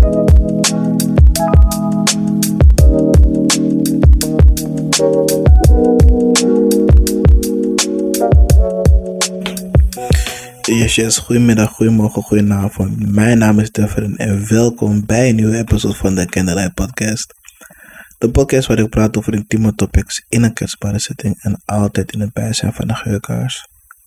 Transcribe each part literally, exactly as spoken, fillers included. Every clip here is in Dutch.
Yes, yes, goedemiddag, goedemorgen, goedenavond. Mijn naam is Devin en welkom bij een nieuwe episode van de Candlelight Podcast. De podcast waar ik praat over intieme topics in een kwetsbare setting en altijd in het bijzijn van de geurkaars.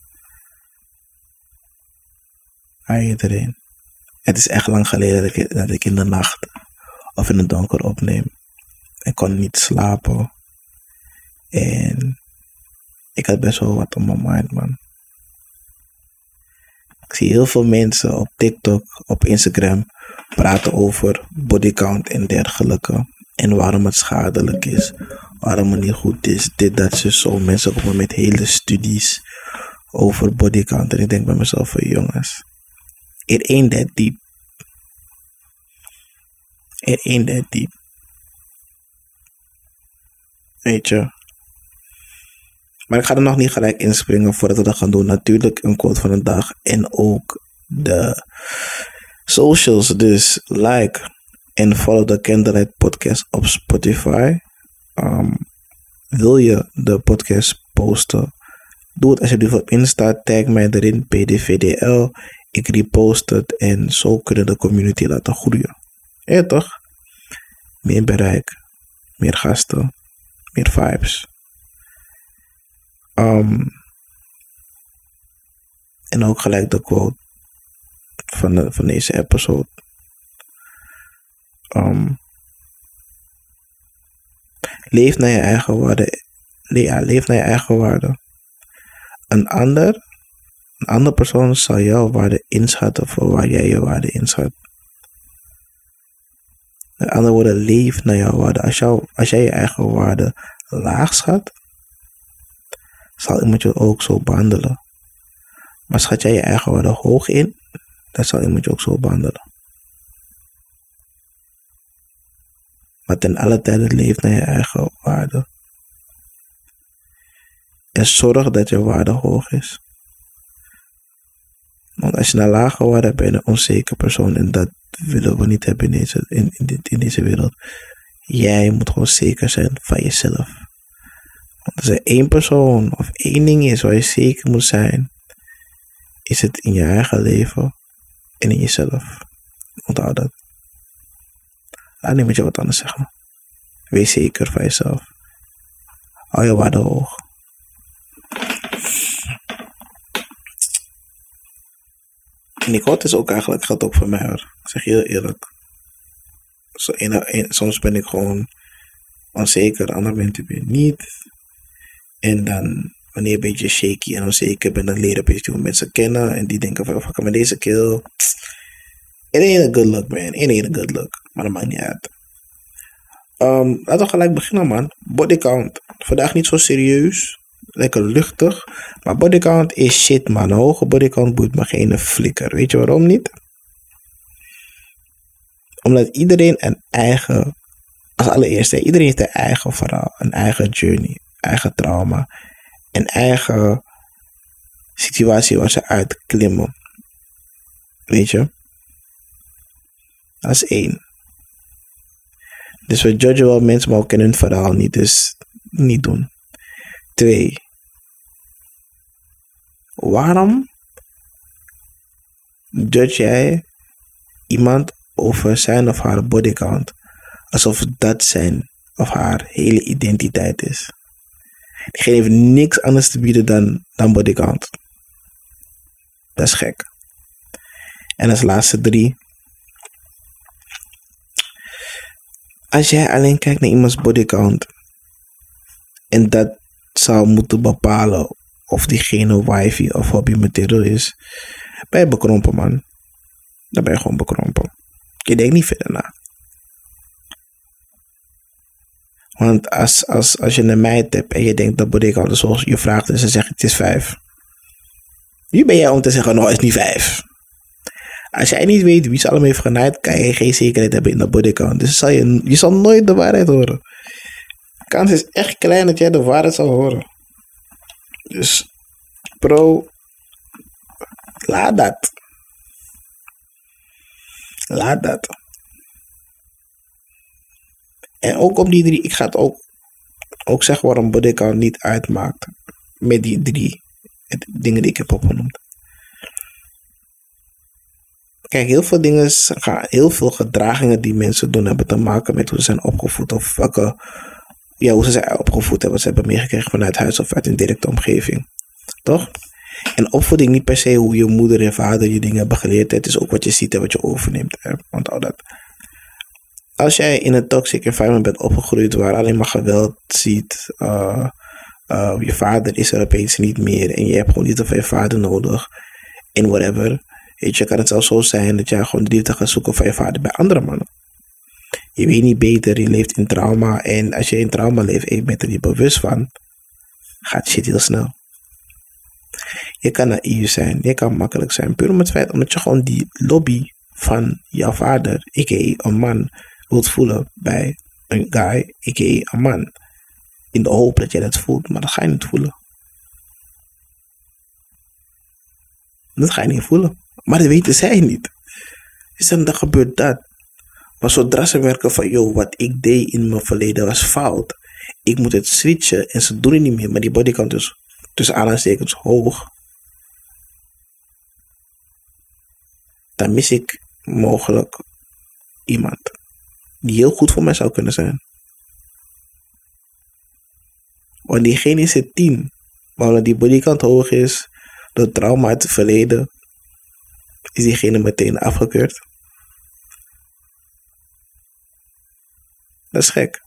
Hi iedereen. Het is echt lang geleden dat ik, dat ik in de nacht of in het donker opneem. Ik kon niet slapen. En ik had best wel wat op mijn mind, man. Ik zie heel veel mensen op TikTok, op Instagram praten over bodycount en dergelijke. En waarom het schadelijk is. Waarom het niet goed is. Dit, dat, ze zo. Mensen komen met hele studies over bodycount. En ik denk bij mezelf van jongens. It ain't that deep. It ain't that deep. Weet je. Maar ik ga er nog niet gelijk inspringen voordat we dat gaan doen. Natuurlijk een quote van de dag. En ook de socials. Dus like en follow de Candlelight Podcast op Spotify. Um, wil je de podcast posten? Doe het alsjeblieft op Insta. Tag mij erin. P D V D L. Ik repost het. En zo kunnen de community laten groeien. Ja toch? Meer bereik. Meer gasten. Meer vibes. Um, en ook gelijk de quote van, de, van deze episode. Um, leef naar je eigen waarde. Ja, leef naar je eigen waarde. Een ander, een andere persoon zal jouw waarde inschatten voor waar jij je waarde inschat. Met andere woorden, leef naar jouw waarde. Als, jou, als jij je eigen waarde laag schat, zal iemand je ook zo behandelen. Maar schat jij je eigen waarde hoog in, dan zal iemand je ook zo behandelen. Maar ten alle tijde leef naar je eigen waarde. En zorg dat je waarde hoog is. Want als je een lage waarde hebt, ben je een onzeker persoon. En dat willen we niet hebben in deze, in, in, dit, in deze wereld. Jij moet gewoon zeker zijn van jezelf. Want als er één persoon of één ding is waar je zeker moet zijn, is het in je eigen leven en in jezelf. Onthoud dat. Laat niet met je wat anders zeggen. Wees zeker van jezelf. Hou je waarde hoog. En ik hoor het is ook eigenlijk, gaat ook voor mij hoor. Ik zeg je heel eerlijk. Zo, een, een, soms ben ik gewoon onzeker, andere mensen ben ik niet. En dan, wanneer je een beetje shaky en onzeker bent, dan leer je een beetje hoe mensen kennen. En die denken van, fuck, met deze kill. It ain't a good look, man. It ain't a good look. Maar dat maakt niet uit. Um, laten we gelijk beginnen, man. Bodycount. Vandaag niet zo serieus. Lekker luchtig. Maar bodycount is shit, man. Een hoge bodycount boeit me geen flikker. Weet je waarom niet? Omdat iedereen een eigen... Als allereerste, iedereen heeft een eigen verhaal. Een eigen journey. Eigen trauma. Een eigen situatie waar ze uitklimmen. Weet je? Dat is één. Dus we judgen wel mensen, maar we kennen hun verhaal niet. Dus niet doen. Twee. Waarom judge jij iemand over zijn of haar bodycount alsof dat zijn of haar hele identiteit is? Diegene heeft niks anders te bieden dan, dan bodycount. Dat is gek. En als laatste drie. Als jij alleen kijkt naar iemands bodycount en dat zou moeten bepalen of diegene wifi of hobbymaterial is, ben je bekrompen, man. Dan ben je gewoon bekrompen. Je denkt niet verder na. Want als, als, als je een meid hebt en je denkt dat bodycount is zoals je vraagt en ze zegt het is vijf. Wie ben jij om te zeggen, nou, het is niet vijf? Als jij niet weet wie ze allemaal heeft genaaid, kan je geen zekerheid hebben in de bodycount. Dus zal je, je zal nooit de waarheid horen. De kans is echt klein dat jij de waarheid zal horen. Dus, bro, laat dat. Laat dat. En ook op die drie, ik ga het ook, ook zeggen waarom bodycount niet uitmaakt. Met die drie dingen die ik heb opgenoemd. Kijk, heel veel dingen, heel veel gedragingen die mensen doen, hebben te maken met hoe ze zijn opgevoed. Of welke, ja, hoe ze zijn opgevoed hebben. Wat ze hebben meegekregen vanuit huis of uit een directe omgeving. Toch? En opvoeding niet per se hoe je moeder en vader je dingen hebben geleerd. Het is ook wat je ziet en wat je overneemt. Hè? Onthoud dat. Als jij in een toxic environment bent opgegroeid waar alleen maar geweld ziet. Uh, uh, je vader is er opeens niet meer. En je hebt gewoon niet zoveel vader nodig. En whatever. Weet je, kan het zelfs zo zijn dat jij gewoon de liefde gaat zoeken van je vader bij andere mannen. Je weet niet beter, je leeft in trauma. En als je in trauma leeft en je bent er niet bewust van, gaat shit heel snel. Je kan naïef zijn, je kan makkelijk zijn. Puur om het feit omdat je gewoon die lobby van jouw vader, a k a een man, wilt voelen bij een guy, a k a een man. In de hoop dat jij dat voelt, maar dat ga je niet voelen. Dat ga je niet voelen. Maar dat weten zij niet. Dus dan, dan gebeurt dat. Maar zodra ze merken van, joh, wat ik deed in mijn verleden was fout. Ik moet het switchen en ze doen het niet meer. Maar die bodycount is tussen aanhalingstekens hoog. Dan mis ik mogelijk iemand die heel goed voor mij zou kunnen zijn. Want diegene is het tien. Maar omdat die bodycount hoog is, door trauma uit het verleden, is diegene meteen afgekeurd. Dat is gek.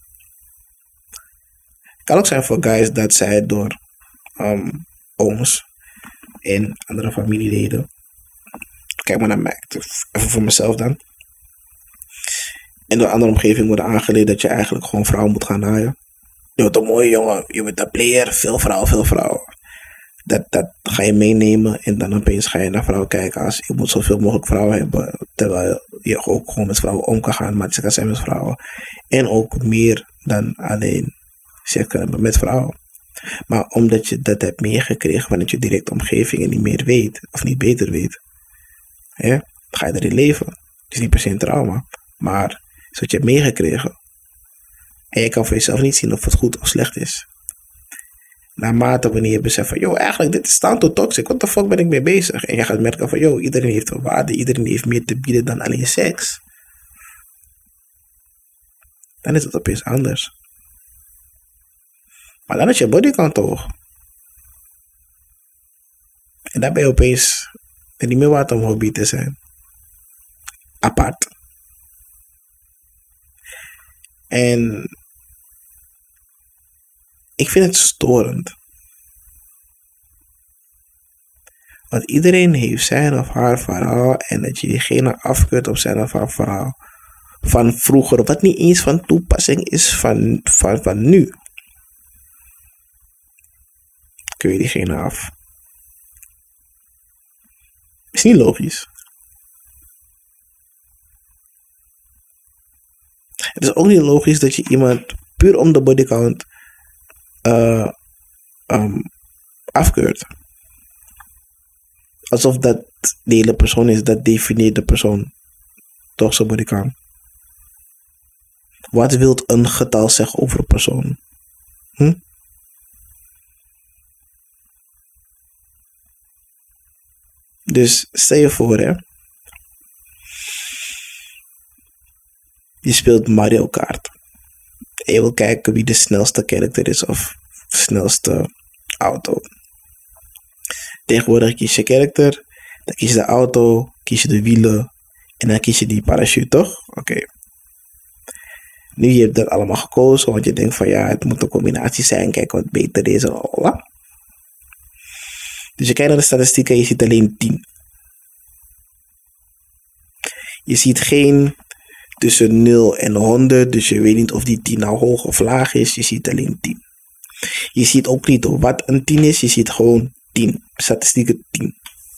Het kan ook zijn voor guys dat zij door um, ooms en andere familieleden, kijk maar naar mij, even voor mezelf dan, en door andere omgeving worden aangeleerd dat je eigenlijk gewoon vrouwen moet gaan naaien. Je bent een mooie jongen, je bent een player, veel vrouwen, veel vrouwen. Dat, dat ga je meenemen en dan opeens ga je naar vrouwen kijken als je moet zoveel mogelijk vrouwen hebben. Terwijl je ook gewoon met vrouwen om kan gaan, maar het kan zijn met vrouwen. En ook meer dan alleen seks hebben met vrouwen. Maar omdat je dat hebt meegekregen vanuit je directe omgeving en niet meer weet, of niet beter weet, hè, ga je erin leven. Het is niet per se een trauma, maar het is wat je hebt meegekregen. En je kan voor jezelf niet zien of het goed of slecht is. Naarmate wanneer je beseft van, joh, eigenlijk dit is staan tot toxic, what the fuck ben ik mee bezig? En je gaat merken van, joh, iedereen heeft een waarde, iedereen heeft meer te bieden dan alleen seks. Dan is het opeens anders. Maar dan is je bodycount hoog. En dan ben je opeens er niet meer waard om hobby te zijn. Apart. En ik vind het storend. Want iedereen heeft zijn of haar verhaal en dat je diegene afkeurt op zijn of haar verhaal van vroeger, wat niet eens van toepassing is van, van, van nu. Kun je diegene af. Is niet logisch. Het is ook niet logisch dat je iemand puur om de bodycount uh, um, afkeurt. Alsof dat de hele persoon is, dat definieert de persoon. Toch zijn bodycount. Wat wil een getal zeggen over een persoon? Hm? Dus stel je voor, hè. Je speelt Mario Kart. En je wil kijken wie de snelste character is of de snelste auto. Tegenwoordig kies je character, dan kies je de auto, kies je de wielen en dan kies je die parachute, toch? Oké. Okay. Nu je hebt dat allemaal gekozen, want je denkt van ja, het moet een combinatie zijn, kijk wat beter is. Voilà. Dus je kijkt naar de statistieken en je ziet alleen tien. Je ziet geen tussen nul en honderd, dus je weet niet of die tien nou hoog of laag is. Je ziet alleen tien. Je ziet ook niet wat een tien is, je ziet gewoon tien. Statistieken tien.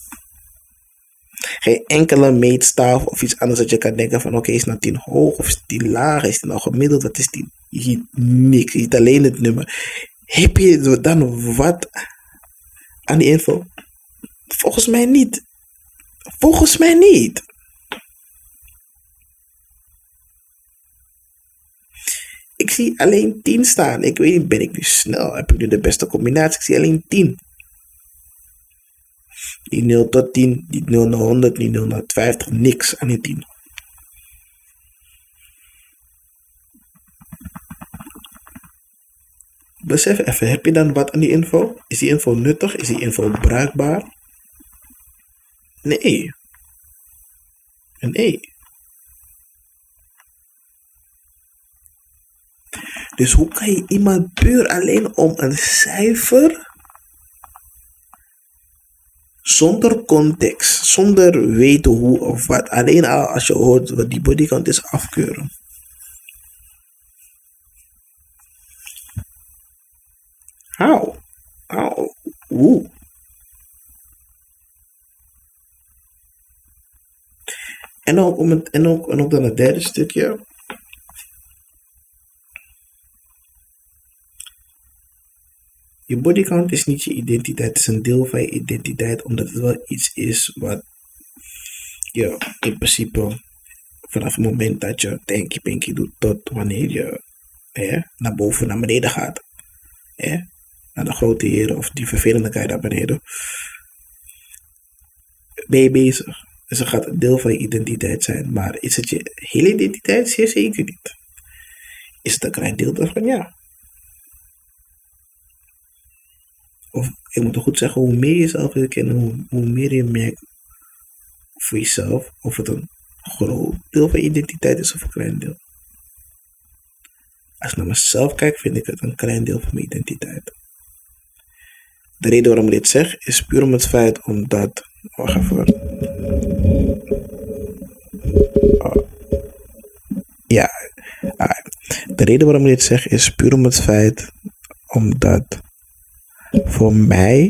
Geen enkele meetstaaf of iets anders dat je kan denken van oké, okay, is nou tien hoog of is tien laag, is het nou gemiddeld, wat is tien? Je ziet niks, je ziet alleen het nummer. Heb je dan wat aan die info? Volgens mij niet. Volgens mij niet. Ik zie alleen tien staan. Ik weet niet, ben ik nu snel? Heb ik nu de beste combinatie? Ik zie alleen tien. Die nul tot tien, die nul naar honderd, die nul naar vijftig, niks aan die tien. Besef even, heb je dan wat aan die info? Is die info nuttig? Is die info bruikbaar? Nee. Nee. Dus hoe kan je iemand puur alleen om een cijfer, zonder context, zonder weten hoe of wat, alleen al als je hoort wat die bodycount is, afkeuren? How? How? Hoe? En ook, om het, en, ook, en ook dan het derde stukje. Je bodycount is niet je identiteit, het is een deel van je identiteit, omdat het wel iets is wat je in principe vanaf het moment dat je tanky pinky doet tot wanneer je hè, naar boven, naar beneden gaat. Hè, naar de grote heren of die vervelende guy naar beneden. Ben je bezig. Dus het gaat een deel van je identiteit zijn. Maar is het je hele identiteit? Zeer zeker niet. Is het een klein deel daarvan? Ja. Of ik moet toch goed zeggen, hoe meer je jezelf wil kennen, hoe, hoe meer je merkt voor jezelf of het een groot deel van je identiteit is of een klein deel. Als ik naar mezelf kijk, vind ik het een klein deel van mijn identiteit. De reden waarom ik dit zeg, is puur om het feit omdat... Wacht even. Oh. Ja. De reden waarom ik dit zeg, is puur om het feit omdat voor mij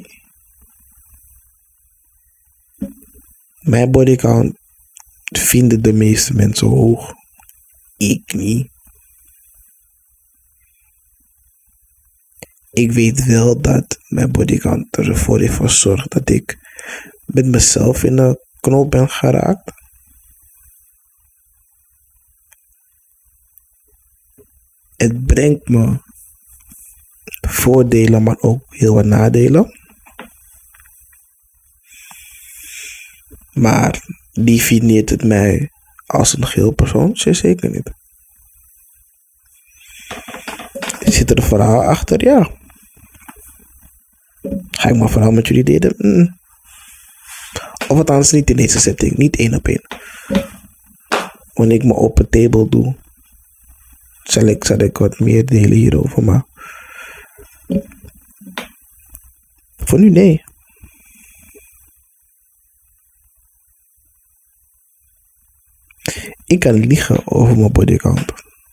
mijn bodycount vinden de meeste mensen hoog. Ik niet. Ik weet wel dat mijn bodycount ervoor heeft gezorgd dat ik met mezelf in de knoop ben geraakt. Het brengt me voordelen, maar ook heel wat nadelen. Maar definieert het mij als een geheel persoon? Zeker niet. Zit er een verhaal achter? Ja. Ga ik mijn verhaal met jullie delen? Mm. Of althans niet in deze setting. Niet één op één. Wanneer ik me open table doe, zal ik, zal ik wat meer delen hierover. Maar voor nu nee. Ik kan liegen over mijn bodycount.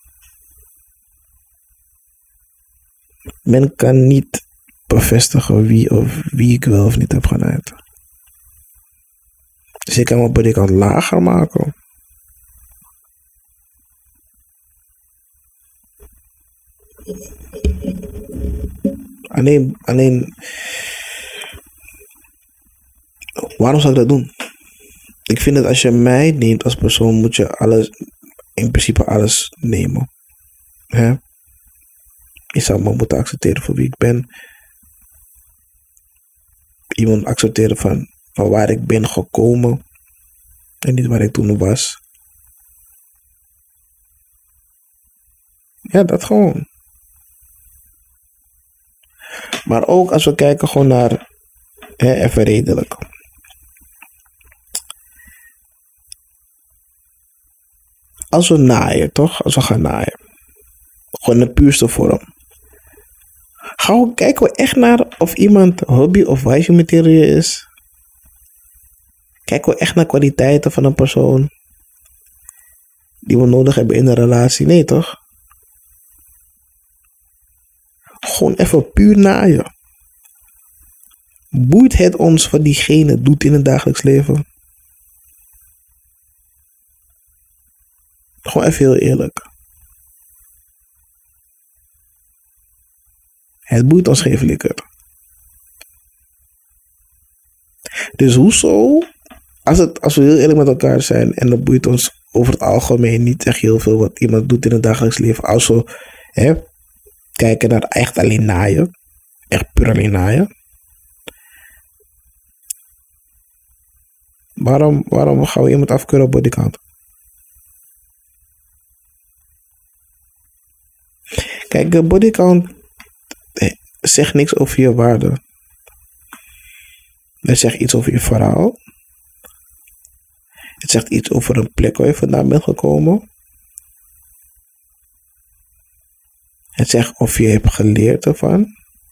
Men kan niet bevestigen wie of wie ik wel of niet heb genaaid. Dus ik kan mijn bodycount lager maken. Alleen, alleen, waarom zou ik dat doen? Ik vind dat als je mij neemt als persoon, moet je alles, in principe alles nemen. Hè? Je zou me moeten accepteren voor wie ik ben. Iemand accepteren van, van waar ik ben gekomen. En niet waar ik toen was. Ja, dat gewoon. Maar ook als we kijken gewoon naar, hè, even redelijk. Als we naaien, toch? Als we gaan naaien. Gewoon de puurste vorm. Gaan we, kijken we echt naar of iemand hobby of wifey material is? Kijken we echt naar kwaliteiten van een persoon die we nodig hebben in een relatie? Nee, toch? Gewoon even puur naaien. Boeit het ons wat diegene doet in het dagelijks leven? Gewoon even heel eerlijk. Het boeit ons geen flikker. Dus hoezo, als, het, als we heel eerlijk met elkaar zijn en dat boeit ons over het algemeen niet echt heel veel wat iemand doet in het dagelijks leven, als we Hè? Kijken naar echt alleen naaien. Echt puur alleen naaien. Waarom, waarom gaan we iemand afkeuren op bodycount? Kijk, de bodycount zegt niks over je waarde. Het zegt iets over je verhaal. Het zegt iets over een plek waar je vandaan bent gekomen. Het zegt of je hebt geleerd ervan.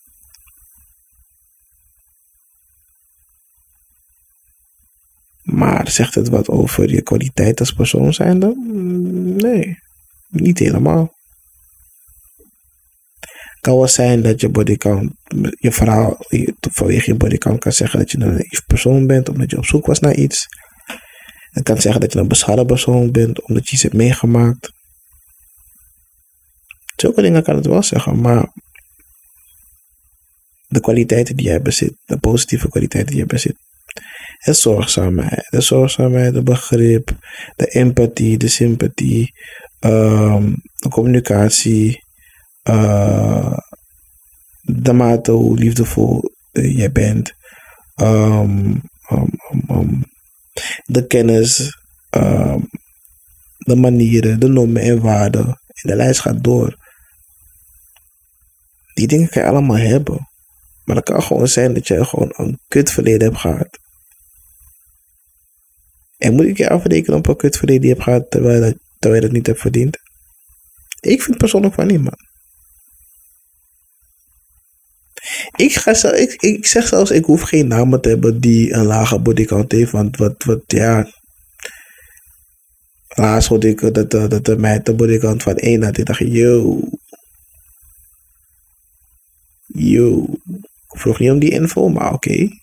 Maar zegt het wat over je kwaliteit als persoon zijnde? Nee, niet helemaal. Het kan wel zijn dat je bodycount, je verhaal, vanwege je bodycount kan zeggen dat je een naïef persoon bent, omdat je op zoek was naar iets. Het kan zeggen dat je een beschadigd persoon bent, omdat je iets hebt meegemaakt. Zulke dingen kan het wel zeggen, maar de kwaliteiten die jij bezit, de positieve kwaliteiten die jij bezit, de zorgzaamheid, de zorgzaamheid, de begrip, de empathie, de sympathie, um, de communicatie, uh, de mate hoe liefdevol uh, jij bent, um, um, um, um, de kennis, um, de manieren, de normen en waarden. En de lijst gaat door. Die dingen kan je allemaal hebben. Maar het kan gewoon zijn dat je gewoon een kut verleden hebt gehad. En moet ik je afrekenen op een kut verleden die je hebt gehad terwijl, dat, terwijl je dat niet hebt verdiend? Ik vind persoonlijk van niet, man. Ik, ga zelf, ik, ik zeg zelfs, ik hoef geen namen te hebben die een lage bodycount heeft. Want wat, wat ja... Laatst hoorde ik dat, dat, dat de meid een bodycount van één had. Ik dacht, yo. Yo. Ik vroeg niet om die info, maar oké. Okay.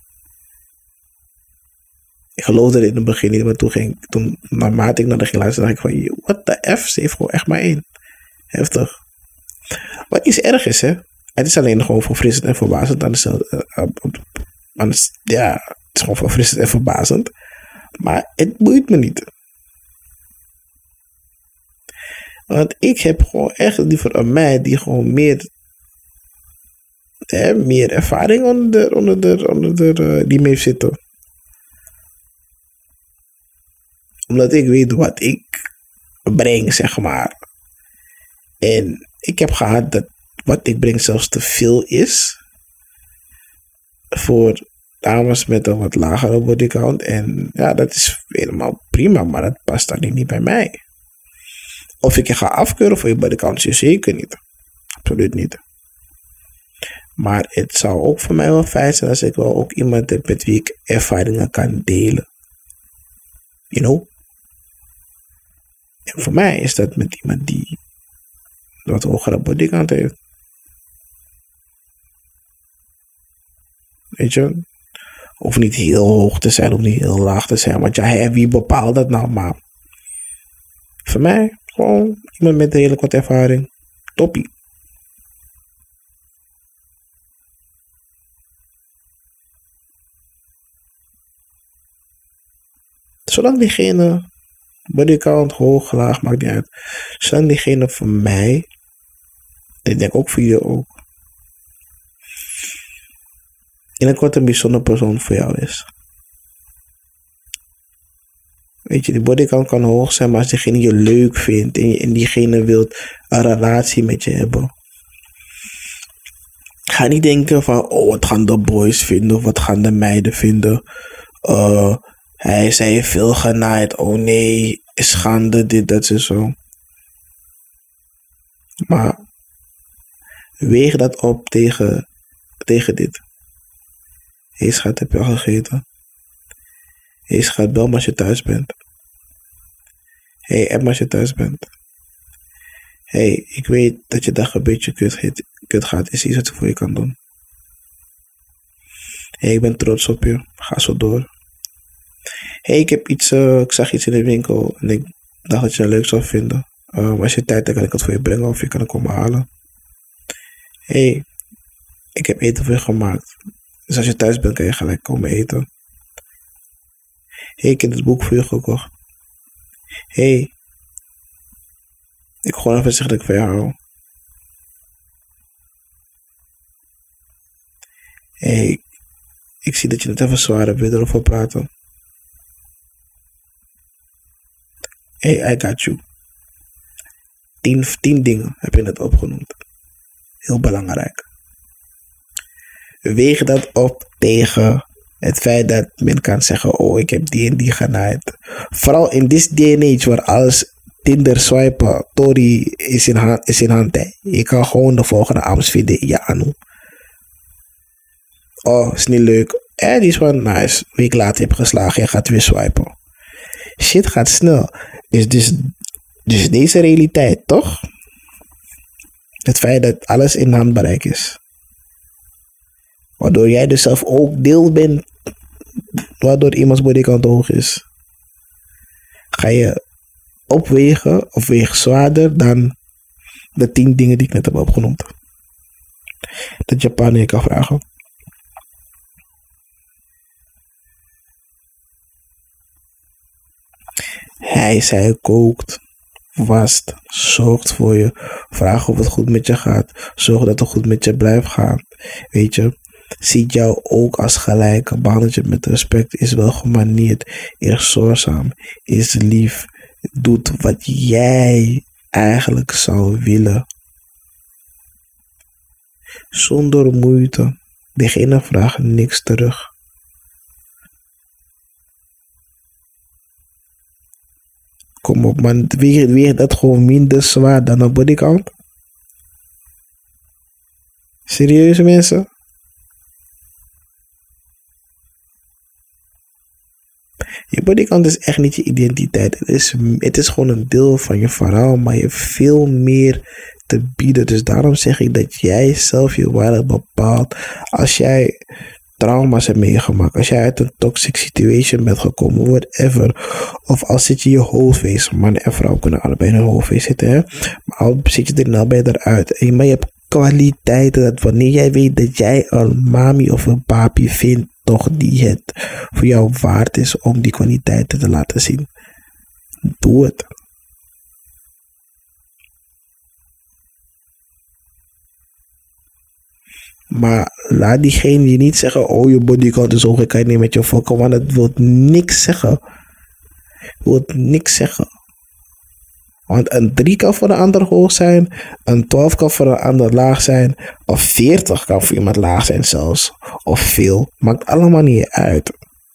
Ik geloofde het in het begin niet, maar toen ging toen naarmate ik naar de ging luisteren, dacht ik van, what the F? Ze heeft gewoon echt maar één. Heftig. Wat niet erg is, hè. Het is alleen gewoon verfrissend en verbazend. Dan is het, uh, uh, uh, ja, het is gewoon verfrissend en verbazend. Maar het boeit me niet. Want ik heb gewoon echt liever een meid die gewoon meer, hè, meer ervaring onder de, onder de, onder de, uh, die mee heeft zitten. Omdat ik weet wat ik breng, zeg maar. En ik heb gehad dat wat ik breng zelfs te veel is. Voor dames met een wat lagere bodycount. En ja, dat is helemaal prima, maar dat past dan niet bij mij. Of ik je ga afkeuren voor je bodycount, zeker niet. Absoluut niet. Maar het zou ook voor mij wel fijn zijn als ik wel ook iemand heb met wie ik ervaringen kan delen. You know? En voor mij is dat met iemand die wat hogere bodycount heeft. Weet je? Of niet heel hoog te zijn, of niet heel laag te zijn. Want ja, wie bepaalt dat nou? Maar voor mij, gewoon iemand met redelijk wat ervaring. Toppie. Zolang diegene, bodycount, hoog, laag, maakt niet uit. Zolang diegene voor mij, en ik denk ook voor je ook, in een korte een bijzondere persoon voor jou is. Weet je, die bodycount kan hoog zijn, maar als diegene je leuk vindt en, je, en diegene wil een relatie met je hebben. Ga niet denken van, oh, wat gaan de boys vinden of wat gaan de meiden vinden. Uh, hij zei veel genaaid, oh nee, schande, dit, dat, en zo. Maar weeg dat op tegen, tegen dit. Hé hey, schat, heb je al gegeten? Hé hey, schat, bel maar als je thuis bent. Hé, hey, app maar als je thuis bent. Hé, hey, ik weet dat je dag een beetje kut, kut gaat. Is iets wat ik voor je kan doen? Hé, hey, ik ben trots op je. Ga zo door. Hé, hey, ik heb iets, uh, ik zag iets in de winkel en ik dacht dat je het leuk zou vinden. Um, als je tijd hebt, kan ik het voor je brengen of je kan het komen halen. Hé, hey, ik heb eten voor je gemaakt. Dus als je thuis bent, kan je gelijk komen eten. Hé, hey, ik heb het boek voor je gekocht. Hé, hey, ik wil gewoon even zeggen dat ik van jou hou. Hey, ik zie dat je het even zwaar hebt. Wil je erover praten? Hey, I got you. Tien, tien dingen heb je net opgenoemd. Heel belangrijk. Weeg dat op tegen het feit dat men kan zeggen, oh, ik heb die en die genaaid. Vooral in this day and age waar alles Tinder swipen, Tori is in hand. Is in hand hè. Je kan gewoon de volgende Ams vinden in je anu. Oh, is niet leuk. Eh, die is wel nice. Week later heb je geslagen, je gaat weer swipen. Shit gaat snel. Dus, dus, dus deze realiteit, toch? Het feit dat alles in handbereik is. Waardoor jij dus zelf ook deel bent. Waardoor iemands bodykant hoog is. Ga je opwegen of weeg zwaarder dan de tien dingen die ik net heb opgenoemd. Dat Japan je kan vragen. Hij, zij kookt, wast, zorgt voor je, vraagt of het goed met je gaat, zorg dat het goed met je blijft gaan. Weet je, ziet jou ook als gelijke, behandelt je met respect, is wel gemanierd, is zorgzaam, is lief, doet wat jij eigenlijk zou willen. Zonder moeite, degene vraagt niks terug. Kom op man, weeg, weeg dat gewoon minder zwaar dan een bodycount? Serieuze mensen? Je bodycount is echt niet je identiteit. Het is, het is gewoon een deel van je verhaal, maar je hebt veel meer te bieden. Dus daarom zeg ik dat jij zelf je waarde bepaalt. Als jij trauma's hebt meegemaakt, als jij uit een toxic situation bent gekomen, whatever. Of als zit je in je hoofdwees, man en vrouw kunnen allebei in hun hoofdwees zitten, hè. Maar al zit je er nou bij eruit. Maar je hebt kwaliteiten dat wanneer jij weet dat jij een mami of een papi vindt, toch die het voor jou waard is om die kwaliteiten te laten zien. Doe het. Maar laat diegene die niet zeggen, oh je bodycount is hoog, ik kan niet met je fokken, want het wil niks zeggen. Het wil niks zeggen. Want een drie kan voor de ander hoog zijn, een twaalf kan voor de ander laag zijn, of veertig kan voor iemand laag zijn zelfs, of veel. Maakt allemaal niet uit.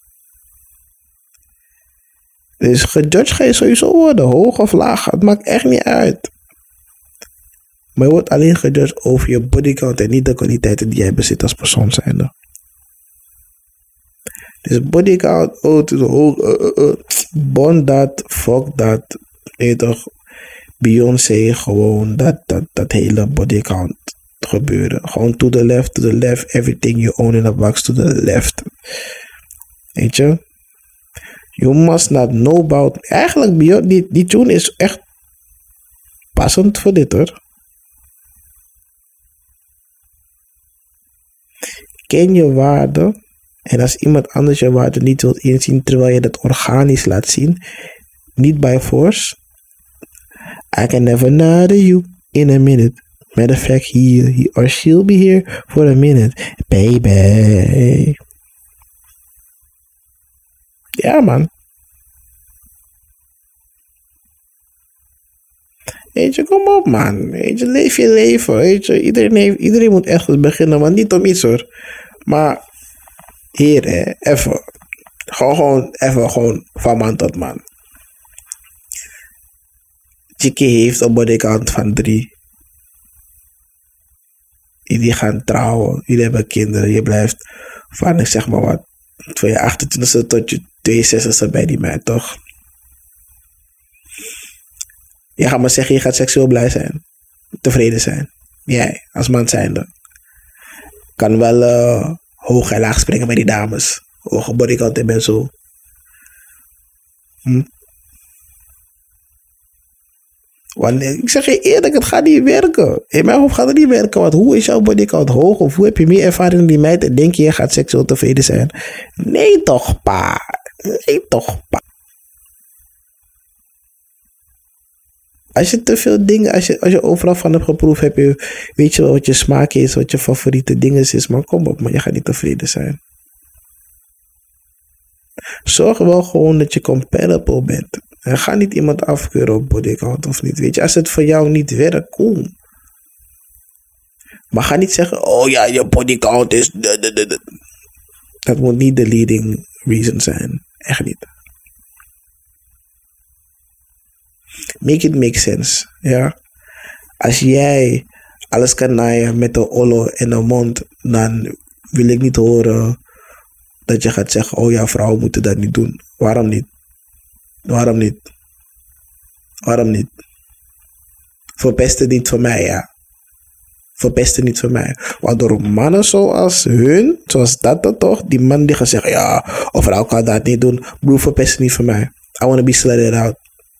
Dus gejudged ga je sowieso worden, hoog of laag, het maakt echt niet uit. Maar je wordt alleen gejudged over je bodycount en niet de kwaliteiten die jij bezit als persoon zijnde. Dus bodycount, oh, het is hoog, uh, uh, uh. Bon dat, fuck dat, weet toch, Beyoncé, gewoon dat, dat, dat hele bodycount gebeuren. Gewoon to the left, to the left, everything you own in a box to the left. Weet je? You must not know about, eigenlijk, Beyoncé, die, die tune is echt passend voor dit hoor. Ken je waarde en als iemand anders je waarde niet wilt inzien terwijl je dat organisch laat zien, niet by force. I can never nada you in a minute. Matter of fact, he, he or she'll be here for a minute. Baby. Ja man. Weet je, kom op man. Weet je, leef je leven. Weet je, iedereen, heeft, iedereen moet echt beginnen, maar niet om iets hoor. Maar hier, hè, even. Gewoon, gewoon, even gewoon van man tot man. Chickie heeft een bodycount van drie. Jullie gaan trouwen, jullie hebben kinderen. Je blijft van, ik zeg maar wat, van je achtentwintigste tot je tweeënzestigste bij die meid, toch? Je gaat maar zeggen, je gaat seksueel blij zijn. Tevreden zijn. Jij, als man zijnde. Kan wel uh, hoog en laag springen met die dames. Hoge bodycount en ben zo. Hm? Want ik zeg je eerlijk, het gaat niet werken. In mijn hoofd gaat het niet werken. Want hoe is jouw bodycount hoog? Of hoe heb je meer ervaring in die meid en denk je, je gaat seksueel tevreden zijn? Nee toch, pa. Nee toch, pa. Als je te veel dingen, als je, als je overal van hebt geproefd, heb je, weet je wel wat je smaak is, wat je favoriete dingen is. Maar kom op, maar je gaat niet tevreden zijn. Zorg wel gewoon dat je compatible bent. En ga niet iemand afkeuren op bodycount of niet. Weet je, als het voor jou niet werkt, cool. Maar ga niet zeggen, oh ja, je bodycount is... Dat moet niet de leading reason zijn. Echt niet. Make it make sense. Ja. Als jij alles kan naaien met een ollo in de mond, dan wil ik niet horen dat je gaat zeggen, oh ja, vrouwen moeten dat niet doen. Waarom niet? Waarom niet? Waarom niet? Verpesten niet voor mij, ja. Verpesten niet voor mij. Waardoor mannen zoals hun, zoals dat dan toch, die man die gaat zeggen, ja, of vrouw kan dat niet doen. Broer, verpesten niet voor mij. I want to be slutted out.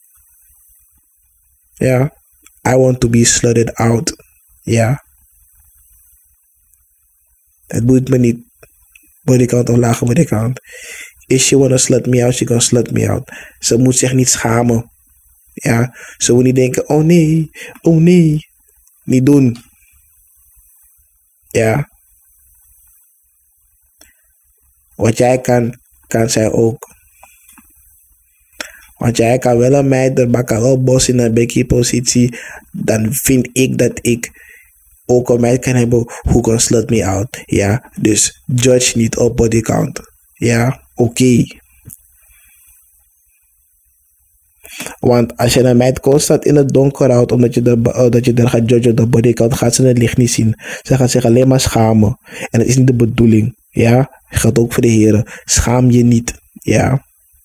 Ja. Yeah. I want to be slutted out. Ja. Yeah. Het boeit me niet. Bodycount of lage bodycount. If she wanna slut me out, she gonna slut me out. Ze moet zich niet schamen. Ja. Ze moet niet denken, oh nee, oh nee. Niet doen. Ja. Wat jij kan, kan zij ook. Want jij kan wel een meid er bakken wel bos in een bekkie positie. Dan vind ik dat ik ook een meid kan hebben who can slut me out. Ja. Dus judge niet op bodycount. Ja. Oké. Okay. Want als je een meid constant in het donker houdt, omdat je, de, uh, dat je er gaat judgen op de bodycount, gaat ze het licht niet zien. Ze gaat zich alleen maar schamen. En dat is niet de bedoeling. Ja. Dat geldt ook voor de heren. Schaam je niet. Ja.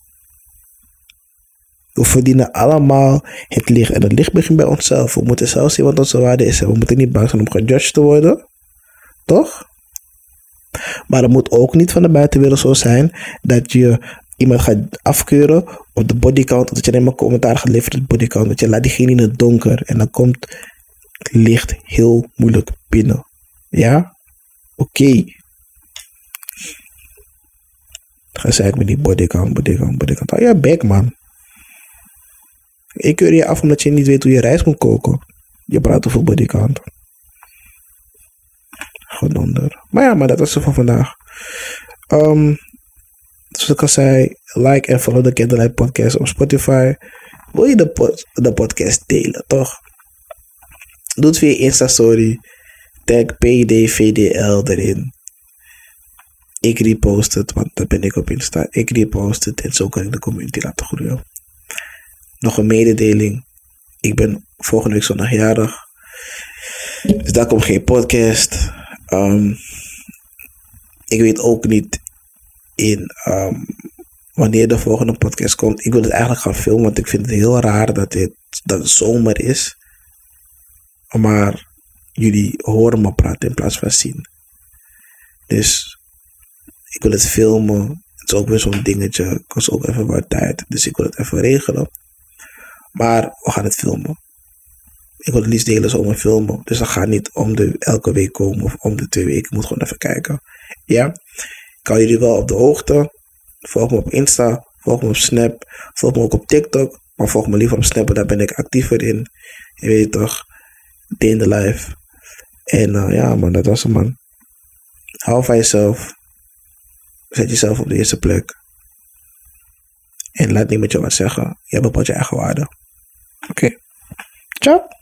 We verdienen allemaal het licht. En het licht begint bij onszelf. We moeten zelf zien wat onze waarde is. En we moeten niet bang zijn om gejudged te worden. Toch? Maar het moet ook niet van de buitenwereld zo zijn dat je iemand gaat afkeuren op de bodycount. Of dat je alleen maar commentaar gaat leveren op de bodycount. Dat je laat diegene in het donker. En dan komt het licht heel moeilijk binnen. Ja? Oké. Okay. Ga zei ik met die bodycount, bodycount, bodycount. Hou je bek, man. Ik keur je af omdat je niet weet hoe je rijst moet koken. Je praat over bodycount. Gedonder. Maar ja, maar dat was het van vandaag. Um, zoals ik al zei, like en follow de Candlelight Podcast op Spotify. Wil je de, pod, de podcast delen, toch? Doe het via Insta-story. Tag P D V D L erin. Ik repost het, want daar ben ik op Insta. Ik repost het en zo kan ik de community laten groeien. Nog een mededeling. Ik ben volgende week zondag jarig. Dus daar komt geen podcast. Um, ik weet ook niet in um, wanneer de volgende podcast komt. Ik wil het eigenlijk gaan filmen, want ik vind het heel raar dat het, dat het zomer is. Maar jullie horen me praten in plaats van zien. Dus ik wil het filmen. Het is ook weer zo'n dingetje. Het kost ook even wat tijd. Dus ik wil het even regelen. Maar we gaan het filmen. Ik wil het liefst de hele zomer filmen. Dus dat gaat niet om de elke week komen of om de twee weken. Ik moet gewoon even kijken. Ja. Ik hou jullie wel op de hoogte. Volg me op Insta. Volg me op Snap. Volg me ook op TikTok. Maar volg me liever op Snap. Daar ben ik actiever in. Je weet toch. Day in the life. En uh, ja man. Dat was het man. Hou van jezelf. Zet jezelf op de eerste plek. En laat niemand je wat zeggen. Je bepaalt je eigen waarde. Oké. Okay. Ciao.